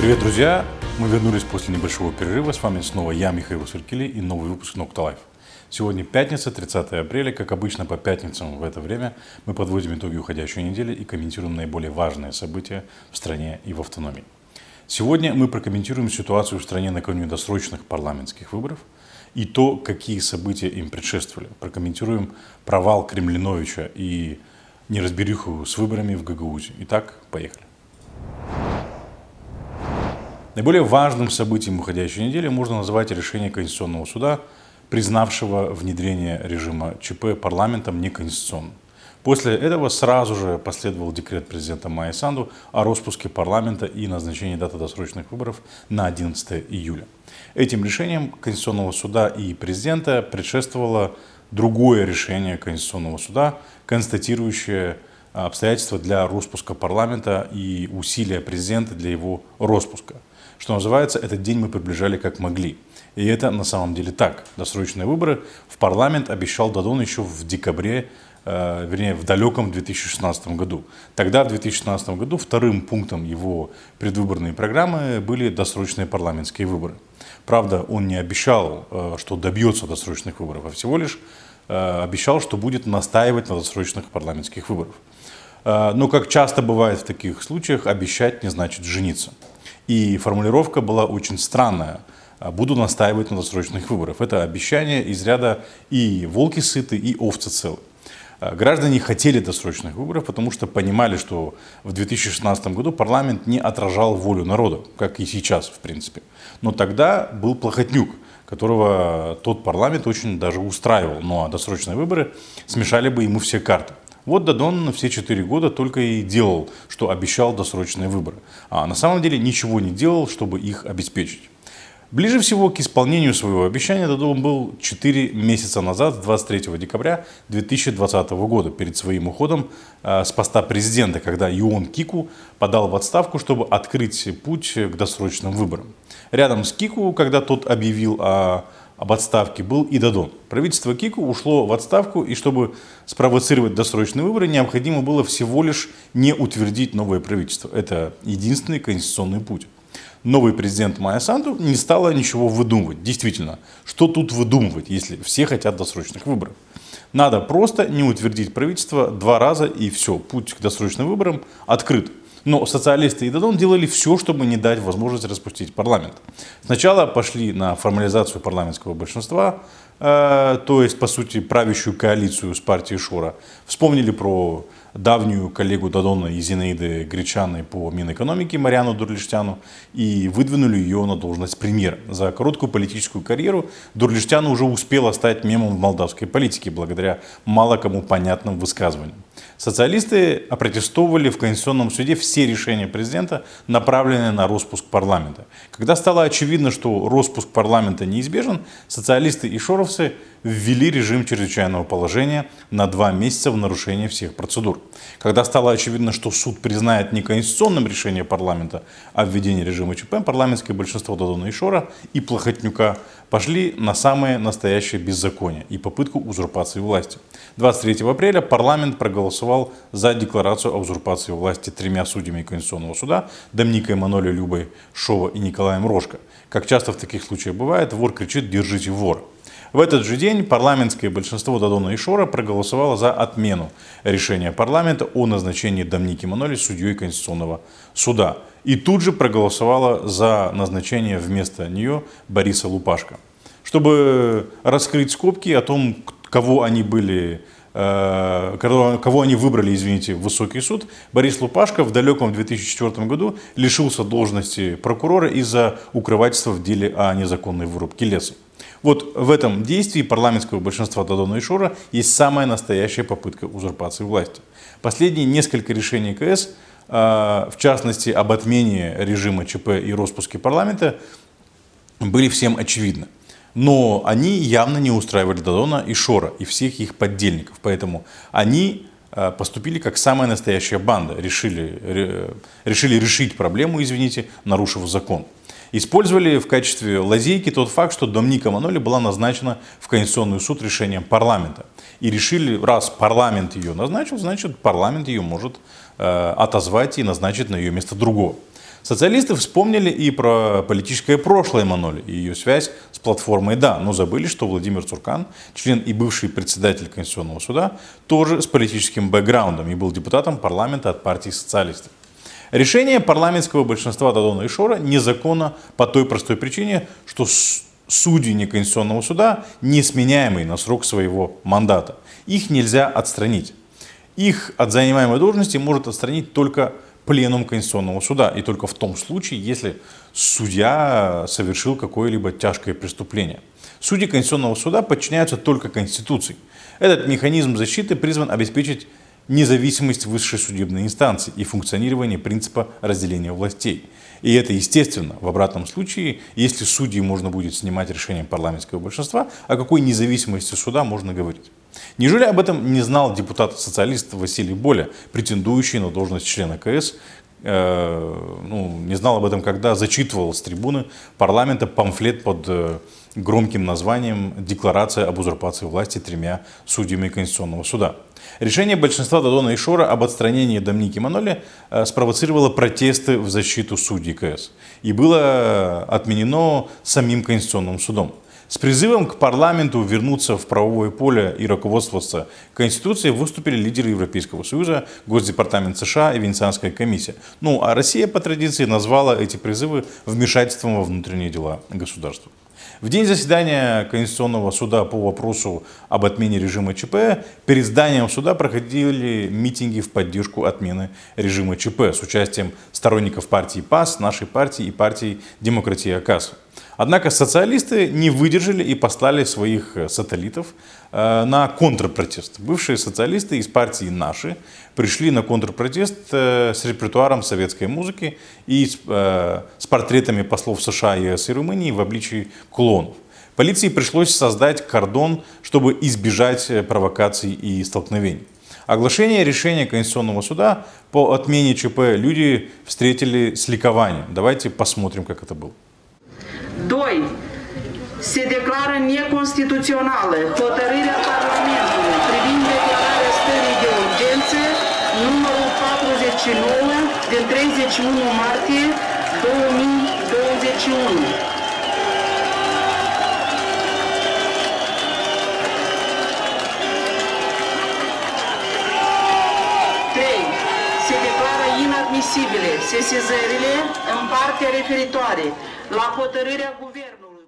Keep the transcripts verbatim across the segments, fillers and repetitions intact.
Привет, друзья! Мы вернулись после небольшого перерыва. С вами снова я, Михаил Сыркили, и новый выпуск Nocta Life. Сегодня пятница, тридцатое апреля. Как обычно, по пятницам в это время мы подводим итоги уходящей недели и комментируем наиболее важные события в стране и в автономии. Сегодня мы прокомментируем ситуацию в стране накануне досрочных парламентских выборов и то, какие события им предшествовали. Прокомментируем провал Кремлиновича и неразбериху с выборами в Гагаузии. Итак, поехали. Наиболее важным событием уходящей недели можно назвать решение Конституционного суда, признавшего внедрение режима ЧП парламентом неконституционным. После этого сразу же последовал декрет президента Майи Санду о распуске парламента и назначении даты досрочных выборов на одиннадцатое июля. Этим решением Конституционного суда и президента предшествовало другое решение Конституционного суда, констатирующее обстоятельства для распуска парламента и усилия президента для его распуска. Что называется, этот день мы приближали как могли. И это на самом деле так. Досрочные выборы в парламент обещал Додон еще в декабре, э, вернее, в далеком две тысячи шестнадцатом году. Тогда, в две тысячи шестнадцатом году, вторым пунктом его предвыборной программы были досрочные парламентские выборы. Правда, он не обещал, э, что добьется досрочных выборов, а всего лишь э, обещал, что будет настаивать на досрочных парламентских выборах. Э, но, как часто бывает в таких случаях, обещать не значит жениться. И формулировка была очень странная. Буду настаивать на досрочных выборах. Это обещание из ряда и волки сыты, и овцы целы. Граждане хотели досрочных выборов, потому что понимали, что в две тысячи шестнадцатом году парламент не отражал волю народа, как и сейчас, в принципе. Но тогда был Плохотнюк, которого тот парламент очень даже устраивал. Ну а досрочные выборы смешали бы ему все карты. Вот Додон все четыре года только и делал, что обещал досрочные выборы. А на самом деле ничего не делал, чтобы их обеспечить. Ближе всего к исполнению своего обещания Додон был четыре месяца назад, двадцать третьего декабря две тысячи двадцатого года, перед своим уходом э, с поста президента, когда Юон Кику подал в отставку, чтобы открыть путь к досрочным выборам. Рядом с Кику, когда тот объявил о об отставке, был и Додон. Правительство Кику ушло в отставку, и чтобы спровоцировать досрочные выборы, необходимо было всего лишь не утвердить новое правительство. Это единственный конституционный путь. Новый президент Майя Санду не стала ничего выдумывать. Действительно, что тут выдумывать, если все хотят досрочных выборов? Надо просто не утвердить правительство два раза, и все, путь к досрочным выборам открыт. Но социалисты и Додон делали все, чтобы не дать возможность распустить парламент. Сначала пошли на формализацию парламентского большинства, э, то есть, по сути, правящую коалицию с партией Шора. Вспомнили про давнюю коллегу Додона и Зинаиды Гречаной по Минэкономике Марианну Дурлиштяну и выдвинули ее на должность премьера. За короткую политическую карьеру Дурлиштяна уже успела стать мемом в молдавской политике благодаря мало кому понятным высказываниям. Социалисты опротестовывали в Конституционном суде все решения президента, направленные на распуск парламента. Когда стало очевидно, что распуск парламента неизбежен, социалисты и шоровцы ввели режим чрезвычайного положения на два месяца в нарушение всех процедур. Когда стало очевидно, что суд признает неконституционным решение парламента о введении режима ЧП, парламентское большинство Додона и Шора и Плохотнюка пошли на самое настоящее беззаконие и попытку узурпации власти. двадцать третьего апреля парламент проголосовал за декларацию о узурпации власти тремя судьями Конституционного суда: Доминикой Манолио, Любой Шова и Николаем Рожко. Как часто в таких случаях бывает, вор кричит: «Держите вора». В этот же день парламентское большинство Додона и Шора проголосовало за отмену решения парламента о назначении Доминики Манолио судьей Конституционного суда. И тут же проголосовало за назначение вместо нее Бориса Лупашко. Чтобы раскрыть скобки о том, кого они были, э, кого они выбрали, извините, в высокий суд, Борис Лупашко в далеком две тысячи четвёртом году лишился должности прокурора из-за укрывательства в деле о незаконной вырубке леса. Вот в этом действии парламентского большинства Додона и Шора есть самая настоящая попытка узурпации власти. Последние несколько решений КС, в частности об отмене режима ЧП и распуске парламента, были всем очевидны. Но они явно не устраивали Додона и Шора и всех их поддельников. Поэтому они поступили как самая настоящая банда, решили, решили решить проблему, извините, нарушив закон. Использовали в качестве лазейки тот факт, что Доминика Манолио была назначена в Конституционный суд решением парламента. И решили, раз парламент ее назначил, значит парламент ее может э, отозвать и назначить на ее место другого. Социалисты вспомнили и про политическое прошлое Маноли и ее связь с платформой «Да», но забыли, что Владимир Цуркан, член и бывший председатель Конституционного суда, тоже с политическим бэкграундом и был депутатом парламента от партии социалистов. Решение парламентского большинства Додона и Шора незаконно по той простой причине, что судьи неконституционного суда несменяемые на срок своего мандата. Их нельзя отстранить. Их от занимаемой должности может отстранить только пленум Конституционного суда. И только в том случае, если судья совершил какое-либо тяжкое преступление. Судьи Конституционного суда подчиняются только Конституции. Этот механизм защиты призван обеспечить независимость высшей судебной инстанции и функционирование принципа разделения властей. И это естественно. В обратном случае, если судьи можно будет снимать решением парламентского большинства, о какой независимости суда можно говорить? Неужели об этом не знал депутат-социалист Василий Боля, претендующий на должность члена КС, э, ну, не знал об этом, когда зачитывал с трибуны парламента памфлет под э, громким названием «Декларация об узурпации власти тремя судьями Конституционного суда». Решение большинства Додона и Шора об отстранении Доминики Маноли э, спровоцировало протесты в защиту судей КС и было отменено самим Конституционным судом. С призывом к парламенту вернуться в правовое поле и руководствоваться Конституцией выступили лидеры Европейского Союза, Госдепартамент США и Венецианская комиссия. Ну а Россия по традиции назвала эти призывы вмешательством во внутренние дела государства. В день заседания Конституционного суда по вопросу об отмене режима ЧП перед зданием суда проходили митинги в поддержку отмены режима ЧП с участием сторонников партии ПАС, нашей партии и партии Демократия КАС. Однако социалисты не выдержали и послали своих сателлитов э, на контрпротест. Бывшие социалисты из партии «Наши» пришли на контрпротест э, с репертуаром советской музыки и с, э, с портретами послов США, ЕС и Румынии в обличии клоунов. Полиции пришлось создать кордон, чтобы избежать провокаций и столкновений. Оглашение решения Конституционного суда по отмене ЧП люди встретили с ликованием. Давайте посмотрим, как это было. doi. Se declară neconstituțională hotărârea Parlamentului privind declararea stării de urgență numărul patruzeci și nouă din treizeci și unu martie două mii douăzeci și unu. trei. Se declară inadmisibile sesizările în partea referitoare la hotărârea guvernului.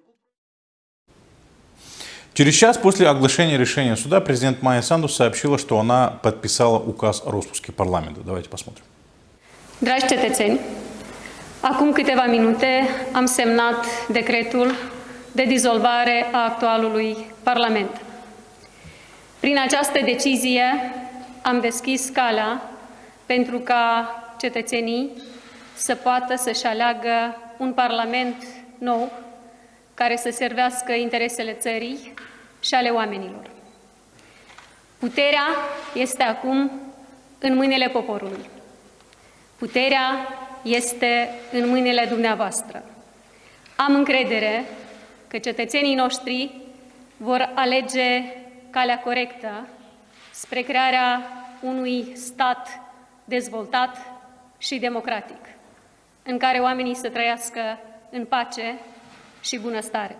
Через час после оглашения решения суда президент Майя Санду сообщила, что она подписала указ о распуске парламента. Давайте посмотрим. Dragi cetățeni, acum câteva minute am semnat decretul de dizolvare a actualului Parlament. Prin această decizie am deschis calea pentru ca cetățenii să poată să-și aleagă un Parlament nou care să servească interesele țării și ale oamenilor. Puterea este acum în mâinile poporului. Puterea este în mâinile dumneavoastră. Am încredere că cetățenii noștri vor alege calea corectă spre crearea unui stat dezvoltat și democratic, în care oamenii să trăiască în pace și bunăstare.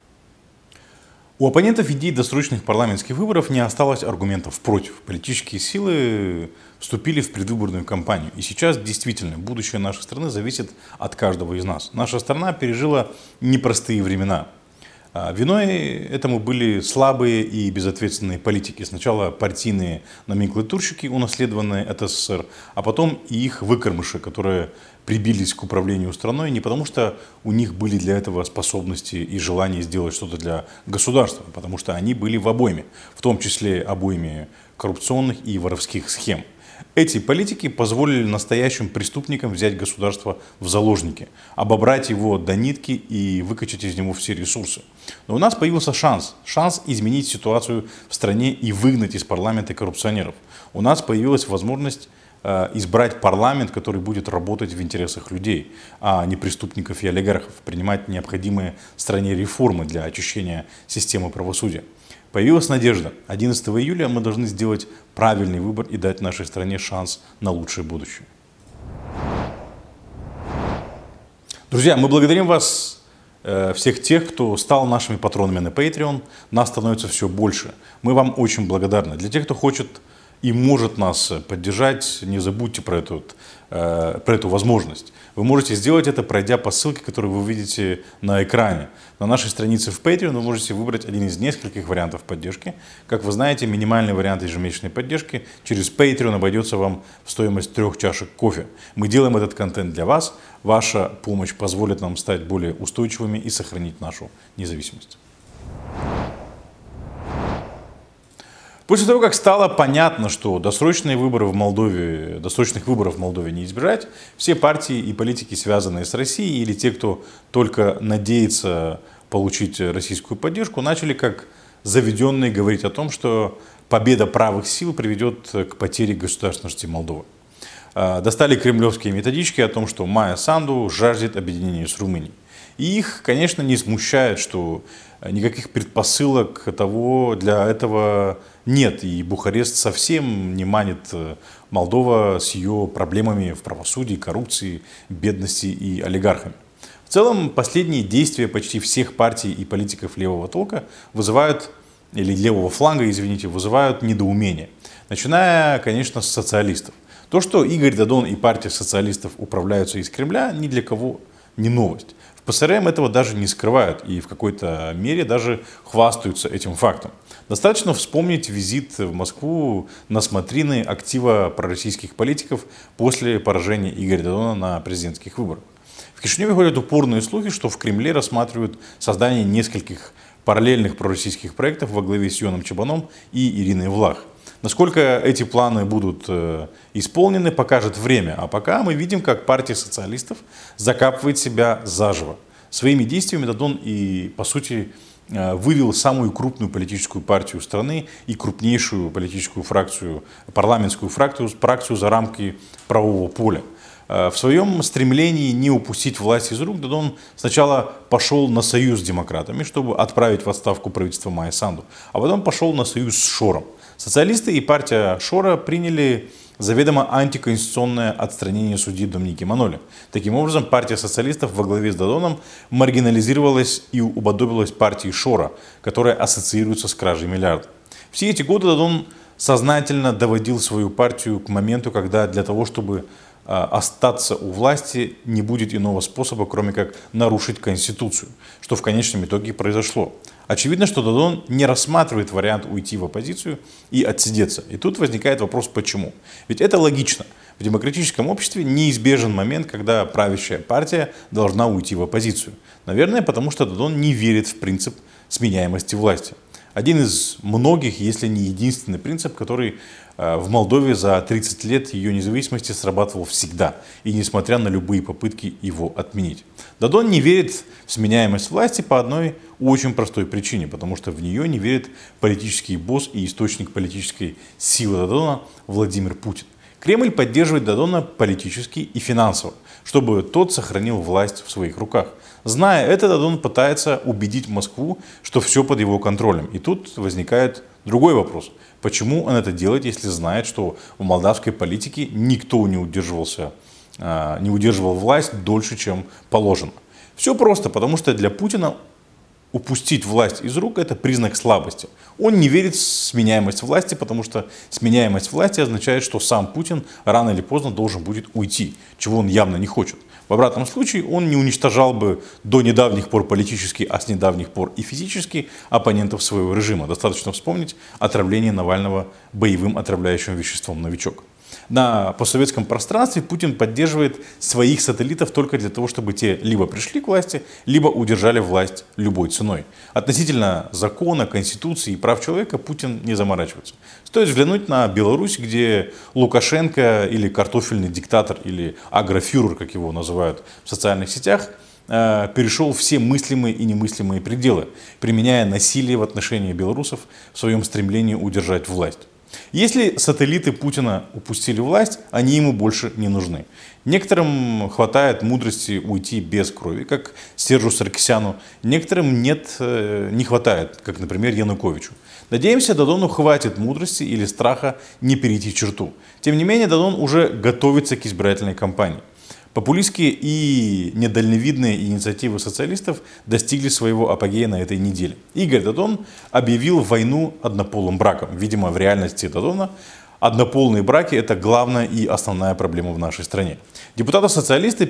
У оппонентов идеи досрочных парламентских выборов не осталось аргументов против. Политические силы вступили в предвыборную кампанию. И сейчас действительно будущее нашей страны зависит от каждого из нас. Наша страна пережила непростые времена. Виной этому были слабые и безответственные политики. Сначала партийные номенклатурщики, унаследованные от СССР, а потом и их выкормыши, которые прибились к управлению страной не потому, что у них были для этого способности и желание сделать что-то для государства, потому что они были в обойме, в том числе обойме коррупционных и воровских схем. Эти политики позволили настоящим преступникам взять государство в заложники, обобрать его до нитки и выкачать из него все ресурсы. Но у нас появился шанс, шанс изменить ситуацию в стране и выгнать из парламента коррупционеров. У нас появилась возможность э, избрать парламент, который будет работать в интересах людей, а не преступников и олигархов, принимать необходимые стране реформы для очищения системы правосудия. Появилась надежда. одиннадцатого июля мы должны сделать правильный выбор и дать нашей стране шанс на лучшее будущее. Друзья, мы благодарим вас, э, всех тех, кто стал нашими патронами на Patreon. Нас становится все больше. Мы вам очень благодарны. Для тех, кто хочет и может нас поддержать, не забудьте про эту, э, про эту возможность. Вы можете сделать это, пройдя по ссылке, которую вы видите на экране. На нашей странице в Patreon вы можете выбрать один из нескольких вариантов поддержки. Как вы знаете, минимальный вариант ежемесячной поддержки через Patreon обойдется вам в стоимость трех чашек кофе. Мы делаем этот контент для вас. Ваша помощь позволит нам стать более устойчивыми и сохранить нашу независимость. После того, как стало понятно, что досрочные выборы в Молдове, досрочных выборов в Молдове не избежать, все партии и политики, связанные с Россией, или те, кто только надеется получить российскую поддержку, начали как заведенные говорить о том, что победа правых сил приведет к потере государственности Молдовы. Достали кремлевские методички о том, что Майя Санду жаждет объединения с Румынией. И их, конечно, не смущает, что никаких предпосылок того для этого нет. И Бухарест совсем не манит Молдова с ее проблемами в правосудии, коррупции, бедности и олигархами. В целом, последние действия почти всех партий и политиков левого толка вызывают, или левого фланга, извините, вызывают недоумение. Начиная, конечно, с социалистов. То, что Игорь Додон и партия социалистов управляются из Кремля, ни для кого не новость. В ПСРМ этого даже не скрывают и в какой-то мере даже хвастаются этим фактом. Достаточно вспомнить визит в Москву на смотрины актива пророссийских политиков после поражения Игоря Додона на президентских выборах. В Кишиневе ходят упорные слухи, что в Кремле рассматривают создание нескольких параллельных пророссийских проектов во главе с Йоном Чабаном и Ириной Влах. Насколько эти планы будут э, исполнены, покажет время. А пока мы видим, как партия социалистов закапывает себя заживо. Своими действиями Додон и, по сути, э, вывел самую крупную политическую партию страны и крупнейшую политическую фракцию, парламентскую фракцию, фракцию за рамки правового поля. В своем стремлении не упустить власть из рук, Додон сначала пошел на союз с демократами, чтобы отправить в отставку правительство Майи Санду, а потом пошел на союз с Шором. Социалисты и партия Шора приняли заведомо антиконституционное отстранение судьи Доминики Маноли. Таким образом, партия социалистов во главе с Додоном маргинализировалась и уподобилась партии Шора, которая ассоциируется с кражей миллиардов. Все эти годы Додон сознательно доводил свою партию к моменту, когда для того, чтобы остаться у власти, не будет иного способа, кроме как нарушить Конституцию, что в конечном итоге произошло. Очевидно, что Додон не рассматривает вариант уйти в оппозицию и отсидеться. И тут возникает вопрос, почему. Ведь это логично. В демократическом обществе неизбежен момент, когда правящая партия должна уйти в оппозицию. Наверное, потому что Додон не верит в принцип сменяемости власти. Один из многих, если не единственный принцип, который в Молдове за тридцать лет ее независимости срабатывал всегда, и несмотря на любые попытки его отменить. Додон не верит в сменяемость власти по одной очень простой причине, потому что в нее не верит политический босс и источник политической силы Додона Владимир Путин. Кремль поддерживает Додона политически и финансово, чтобы тот сохранил власть в своих руках. Зная это, Додон пытается убедить Москву, что все под его контролем. И тут возникает другой вопрос. Почему он это делает, если знает, что в молдавской политике никто не удерживался, не удерживал власть дольше, чем положено? Все просто, потому что для Путина упустить власть из рук – это признак слабости. Он не верит в сменяемость власти, потому что сменяемость власти означает, что сам Путин рано или поздно должен будет уйти, чего он явно не хочет. В обратном случае он не уничтожал бы до недавних пор политически, а с недавних пор и физически оппонентов своего режима. Достаточно вспомнить отравление Навального боевым отравляющим веществом «Новичок». На постсоветском пространстве Путин поддерживает своих сателлитов только для того, чтобы те либо пришли к власти, либо удержали власть любой ценой. Относительно закона, конституции и прав человека Путин не заморачивается. Стоит взглянуть на Беларусь, где Лукашенко или картофельный диктатор, или агрофюрер, как его называют в социальных сетях, перешел все мыслимые и немыслимые пределы, применяя насилие в отношении белорусов в своем стремлении удержать власть. Если сателлиты Путина упустили власть, они ему больше не нужны. Некоторым хватает мудрости уйти без крови, как Сержу Саркисяну. Некоторым нет, не хватает, как, например, Януковичу. Надеемся, Додону хватит мудрости или страха не перейти черту. Тем не менее, Додон уже готовится к избирательной кампании. Популистские и недальновидные инициативы социалистов достигли своего апогея на этой неделе. Игорь Додон объявил войну однополым браком. Видимо, в реальности Додона однополые браки – это главная и основная проблема в нашей стране. Депутаты-социалисты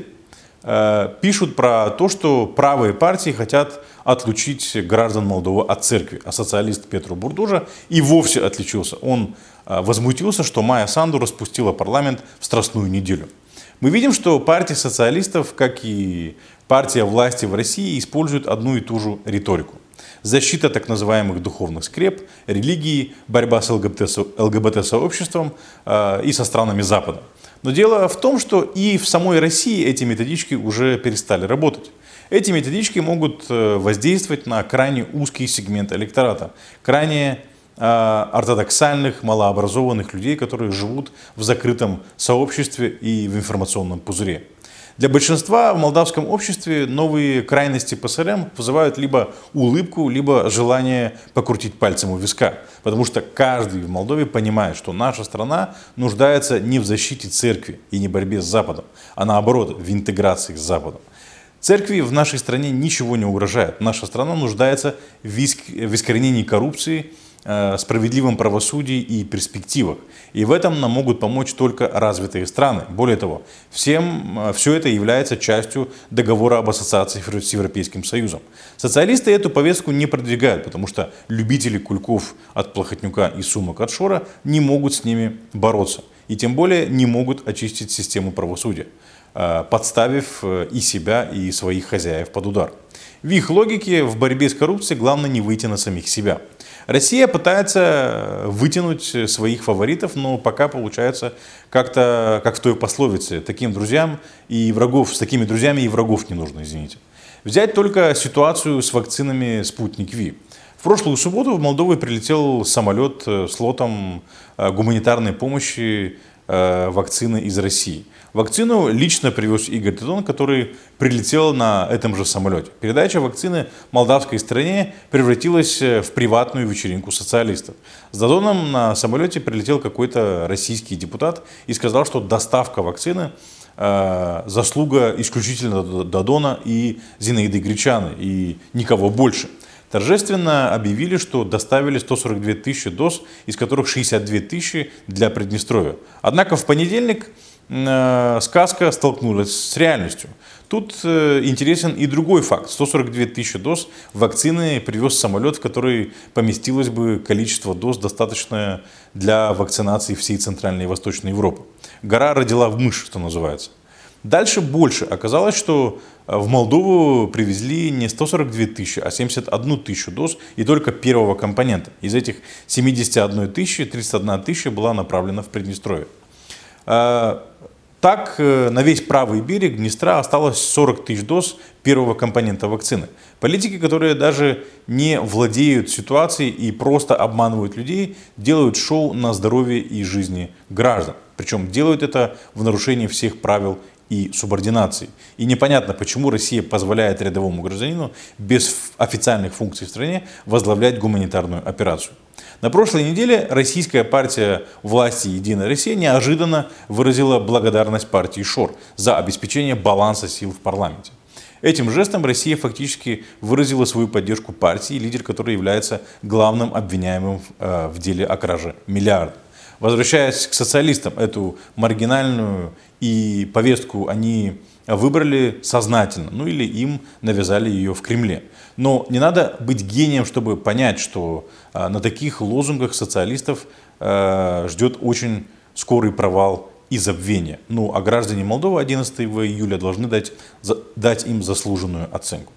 э, пишут про то, что правые партии хотят отлучить граждан Молдовы от церкви. А социалист Петру Бурдужа и вовсе отличился. Он э, возмутился, что Майя Санду распустила парламент в Страстную неделю. Мы видим, что партия социалистов, как и партия власти в России, используют одну и ту же риторику. Защита так называемых духовных скреп, религии, борьба с ЛГБТ-сообществом э, и со странами Запада. Но дело в том, что и в самой России эти методички уже перестали работать. Эти методички могут воздействовать на крайне узкий сегмент электората, крайне ортодоксальных, малообразованных людей, которые живут в закрытом сообществе и в информационном пузыре. Для большинства в молдавском обществе новые крайности ПСРМ вызывают либо улыбку, либо желание покрутить пальцем у виска. Потому что каждый в Молдове понимает, что наша страна нуждается не в защите церкви и не борьбе с Западом, а наоборот, в интеграции с Западом. Церкви в нашей стране ничего не угрожает. Наша страна нуждается в искоренении коррупции, справедливом правосудии и перспективах. И в этом нам могут помочь только развитые страны. Более того, всем, все это является частью договора об ассоциации с Европейским Союзом. Социалисты эту повестку не продвигают, потому что любители кульков от Плохотнюка и сумок от Шора не могут с ними бороться. И тем более не могут очистить систему правосудия, подставив и себя, и своих хозяев под удар. В их логике в борьбе с коррупцией главное не выйти на самих себя. Россия пытается вытянуть своих фаворитов, но пока получается как-то, как в той пословице, таким друзьям и врагов, с такими друзьями и врагов не нужно, извините. Взять только ситуацию с вакцинами «Спутник Ви». В прошлую субботу в Молдову прилетел самолет с лотом гуманитарной помощи вакцины из России. Вакцину лично привез Игорь Додон, который прилетел на этом же самолете. Передача вакцины молдавской стране превратилась в приватную вечеринку социалистов. С Додоном на самолете прилетел какой-то российский депутат и сказал, что доставка вакцины э, заслуга исключительно Додона и Зинаиды Гречаны и никого больше. Торжественно объявили, что доставили сто сорок две тысячи доз, из которых шестьдесят две тысячи для Приднестровья. Однако в понедельник э, сказка столкнулась с реальностью. Тут э, интересен и другой факт. сто сорок две тысячи доз вакцины привез самолет, в который поместилось бы количество доз, достаточное для вакцинации всей Центральной и Восточной Европы. Гора родила в мышь, что называется. Дальше больше. Оказалось, что в Молдову привезли не сто сорок две тысячи, а семьдесят одну тысячу доз и только первого компонента. Из этих семидесяти одной тысячи тридцать одна тысяча была направлена в Приднестровье. Так, на весь правый берег Днестра осталось сорок тысяч доз первого компонента вакцины. Политики, которые даже не владеют ситуацией и просто обманывают людей, делают шоу на здоровье и жизни граждан. Причем делают это в нарушении всех правил и субординации. И непонятно, почему Россия позволяет рядовому гражданину без официальных функций в стране возглавлять гуманитарную операцию. На прошлой неделе российская партия власти «Единая Россия» неожиданно выразила благодарность партии Шор за обеспечение баланса сил в парламенте. Этим жестом Россия фактически выразила свою поддержку партии, лидер которой является главным обвиняемым в деле о краже миллиарда. Возвращаясь к социалистам, эту маргинальную и повестку они выбрали сознательно, ну или им навязали ее в Кремле. Но не надо быть гением, чтобы понять, что на таких лозунгах социалистов ждет очень скорый провал и забвение. Ну а граждане Молдовы одиннадцатого июля должны дать, дать им заслуженную оценку.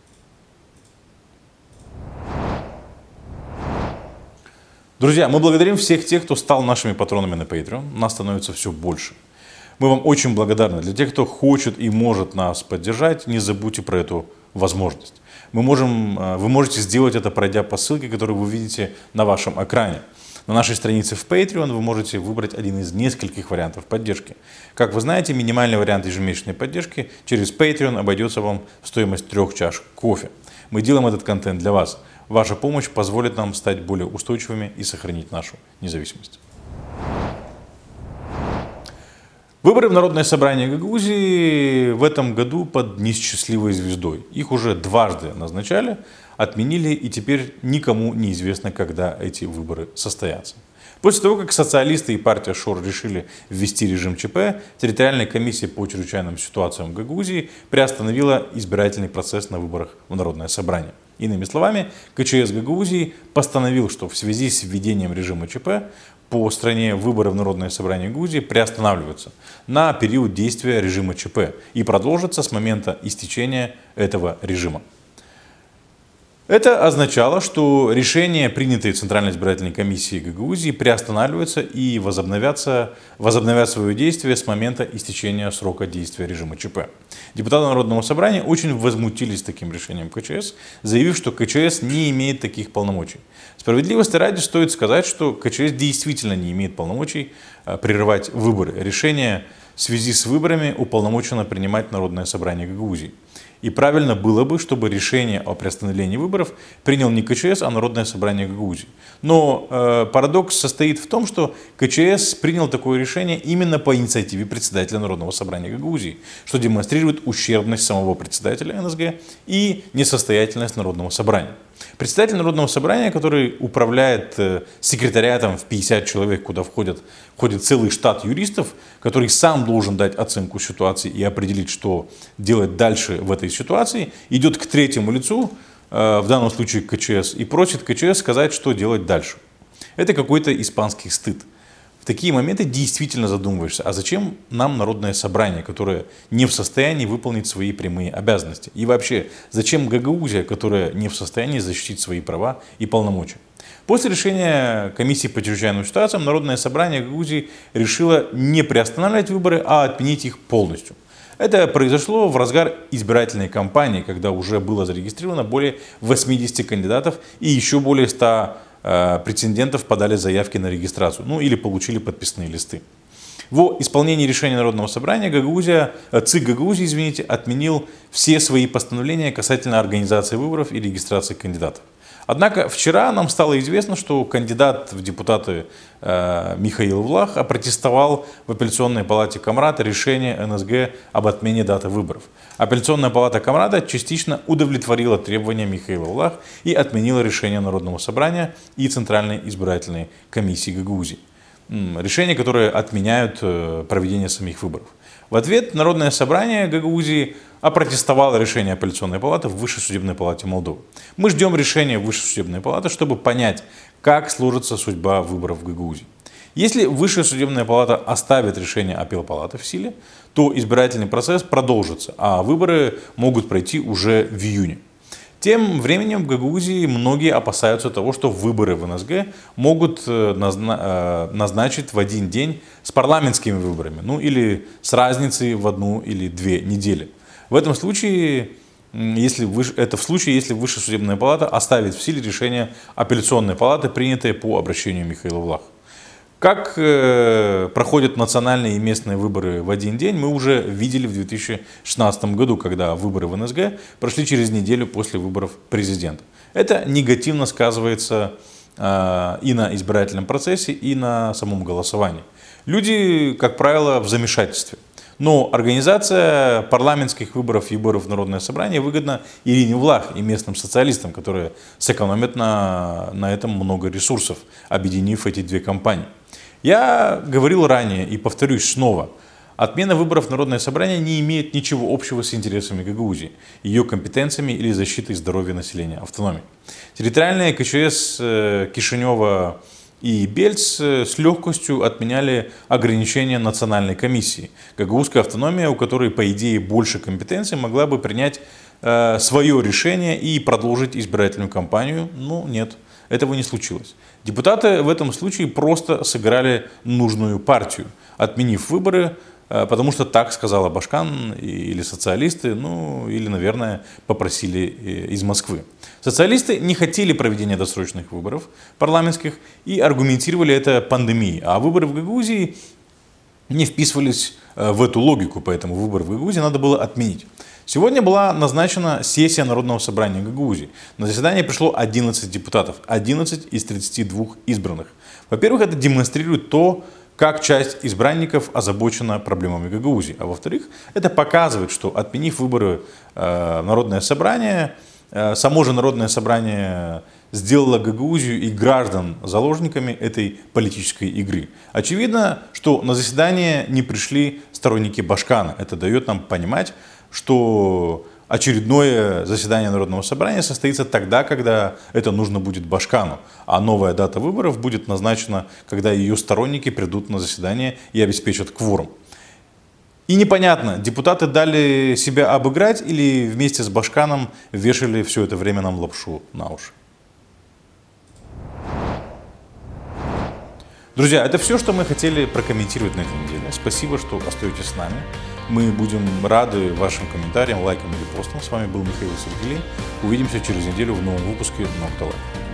Друзья, мы благодарим всех тех, кто стал нашими патронами на Patreon. Нас становится все больше. Мы вам очень благодарны. Для тех, кто хочет и может нас поддержать, не забудьте про эту возможность. Мы можем, вы можете сделать это, пройдя по ссылке, которую вы видите на вашем экране. На нашей странице в Patreon вы можете выбрать один из нескольких вариантов поддержки. Как вы знаете, минимальный вариант ежемесячной поддержки через Patreon обойдется вам в стоимость трех чашек кофе. Мы делаем этот контент для вас. Ваша помощь позволит нам стать более устойчивыми и сохранить нашу независимость. Выборы в Народное собрание Гагаузии в этом году под несчастливой звездой. Их уже дважды назначали, отменили, и теперь никому не известно, когда эти выборы состоятся. После того, как социалисты и партия ШОР решили ввести режим ЧП, территориальная комиссия по чрезвычайным ситуациям Гагаузии приостановила избирательный процесс на выборах в Народное собрание. Иными словами, КЧС Гагаузии постановил, что в связи с введением режима ЧП по стране выборы в Народное собрание Гагаузии приостанавливаются на период действия режима ЧП и продолжатся с момента истечения этого режима. Это означало, что решения, принятые Центральной избирательной комиссией Гагаузии, приостанавливаются и возобновятся, возобновят свое действие с момента истечения срока действия режима ЧП. Депутаты Народного собрания очень возмутились таким решением КЧС, заявив, что КЧС не имеет таких полномочий. Справедливости ради стоит сказать, что КЧС действительно не имеет полномочий прерывать выборы. Решение в связи с выборами уполномочено принимать Народное собрание Гагаузии. И правильно было бы, чтобы решение о приостановлении выборов принял не КЧС, а Народное собрание Гагаузии. Но э, парадокс состоит в том, что КЧС принял такое решение именно по инициативе председателя Народного собрания Гагаузии, что демонстрирует ущербность самого председателя эн эс гэ и несостоятельность Народного собрания. Председатель Народного собрания, который управляет э, секретариатом в пятьдесят человек, куда входят, входит целый штат юристов, который сам должен дать оценку ситуации и определить, что делать дальше в этой ситуации, идет к третьему лицу, э, в данном случае КЧС, и просит КЧС сказать, что делать дальше. Это какой-то испанский стыд. В такие моменты действительно задумываешься, а зачем нам Народное собрание, которое не в состоянии выполнить свои прямые обязанности? И вообще, зачем Гагаузия, которая не в состоянии защитить свои права и полномочия? После решения комиссии по чрезвычайным ситуациям Народное собрание Гагаузии решило не приостанавливать выборы, а отменить их полностью. Это произошло в разгар избирательной кампании, когда уже было зарегистрировано более восьмидесяти кандидатов и еще более ста претендентов подали заявки на регистрацию, ну или получили подписные листы. Во исполнении решения Народного собрания Гагаузия, ЦИК Гагаузии, извините, отменил все свои постановления касательно организации выборов и регистрации кандидатов. Однако вчера нам стало известно, что кандидат в депутаты э, Михаил Влах опротестовал в апелляционной палате Камрата решение эн эс гэ об отмене даты выборов. Апелляционная палата Камрата частично удовлетворила требования Михаила Влах и отменила решение Народного собрания и Центральной избирательной комиссии Гагаузии. Решения, которые отменяют э, проведение самих выборов. В ответ Народное собрание Гагаузии опротестовало решение апелляционной палаты в Высшей судебной палате Молдовы. Мы ждем решения Высшей судебной палаты, чтобы понять, как сложится судьба выборов в Гагаузии. Если Высшая судебная палата оставит решение апелпалаты в силе, то избирательный процесс продолжится, а выборы могут пройти уже в июне. Тем временем в Гагаузии многие опасаются того, что выборы в эн эс гэ могут назначить в один день с парламентскими выборами, ну или с разницей в одну или две недели. В этом случае, если выше, это в случае, если Высшая судебная палата оставит в силе решение апелляционной палаты, принятое по обращению Михаила Влаха. Как э, проходят национальные и местные выборы в один день, мы уже видели в две тысячи шестнадцатом году, когда выборы в эн эс гэ прошли через неделю после выборов президента. Это негативно сказывается э, и на избирательном процессе, и на самом голосовании. Люди, как правило, в замешательстве. Но организация парламентских выборов и выборов в Народное собрание выгодна Ирине Влах и местным социалистам, которые сэкономят на, на этом много ресурсов, объединив эти две кампании. Я говорил ранее и повторюсь снова, отмена выборов в Народное собрание не имеет ничего общего с интересами Гагаузии, ее компетенциями или защитой здоровья населения автономии. Территориальные ка че эс Кишинева и Бельц с легкостью отменяли ограничения национальной комиссии. Гагаузская автономия, у которой, по идее, больше компетенций, могла бы принять э, свое решение и продолжить избирательную кампанию. Но нет, этого не случилось. Депутаты в этом случае просто сыграли нужную партию, отменив выборы, э, потому что так сказала Башкан или социалисты, ну или, наверное, попросили из Москвы. Социалисты не хотели проведения досрочных выборов парламентских и аргументировали это пандемией, а выборы в Гагаузии не вписывались в эту логику, поэтому выборы в Гагаузии надо было отменить. Сегодня была назначена сессия Народного собрания Гагаузии. На заседание пришло одиннадцать депутатов, одиннадцать из тридцати двух избранных. Во-первых, это демонстрирует то, как часть избранников озабочена проблемами Гагаузии. А во-вторых, это показывает, что отменив выборы э, в Народное собрание, э, само же Народное собрание сделало Гагаузию и граждан заложниками этой политической игры. Очевидно, что на заседание не пришли сторонники Башкана. Это дает нам понимать, что очередное заседание Народного собрания состоится тогда, когда это нужно будет Башкану, а новая дата выборов будет назначена, когда ее сторонники придут на заседание и обеспечат кворум. И непонятно, депутаты дали себя обыграть или вместе с Башканом вешали все это время нам лапшу на уши. Друзья, это все, что мы хотели прокомментировать на этой неделе. Спасибо, что остаетесь с нами. Мы будем рады вашим комментариям, лайкам или постам. С вами был Михаил Сергеев. Увидимся через неделю в новом выпуске Ноктала.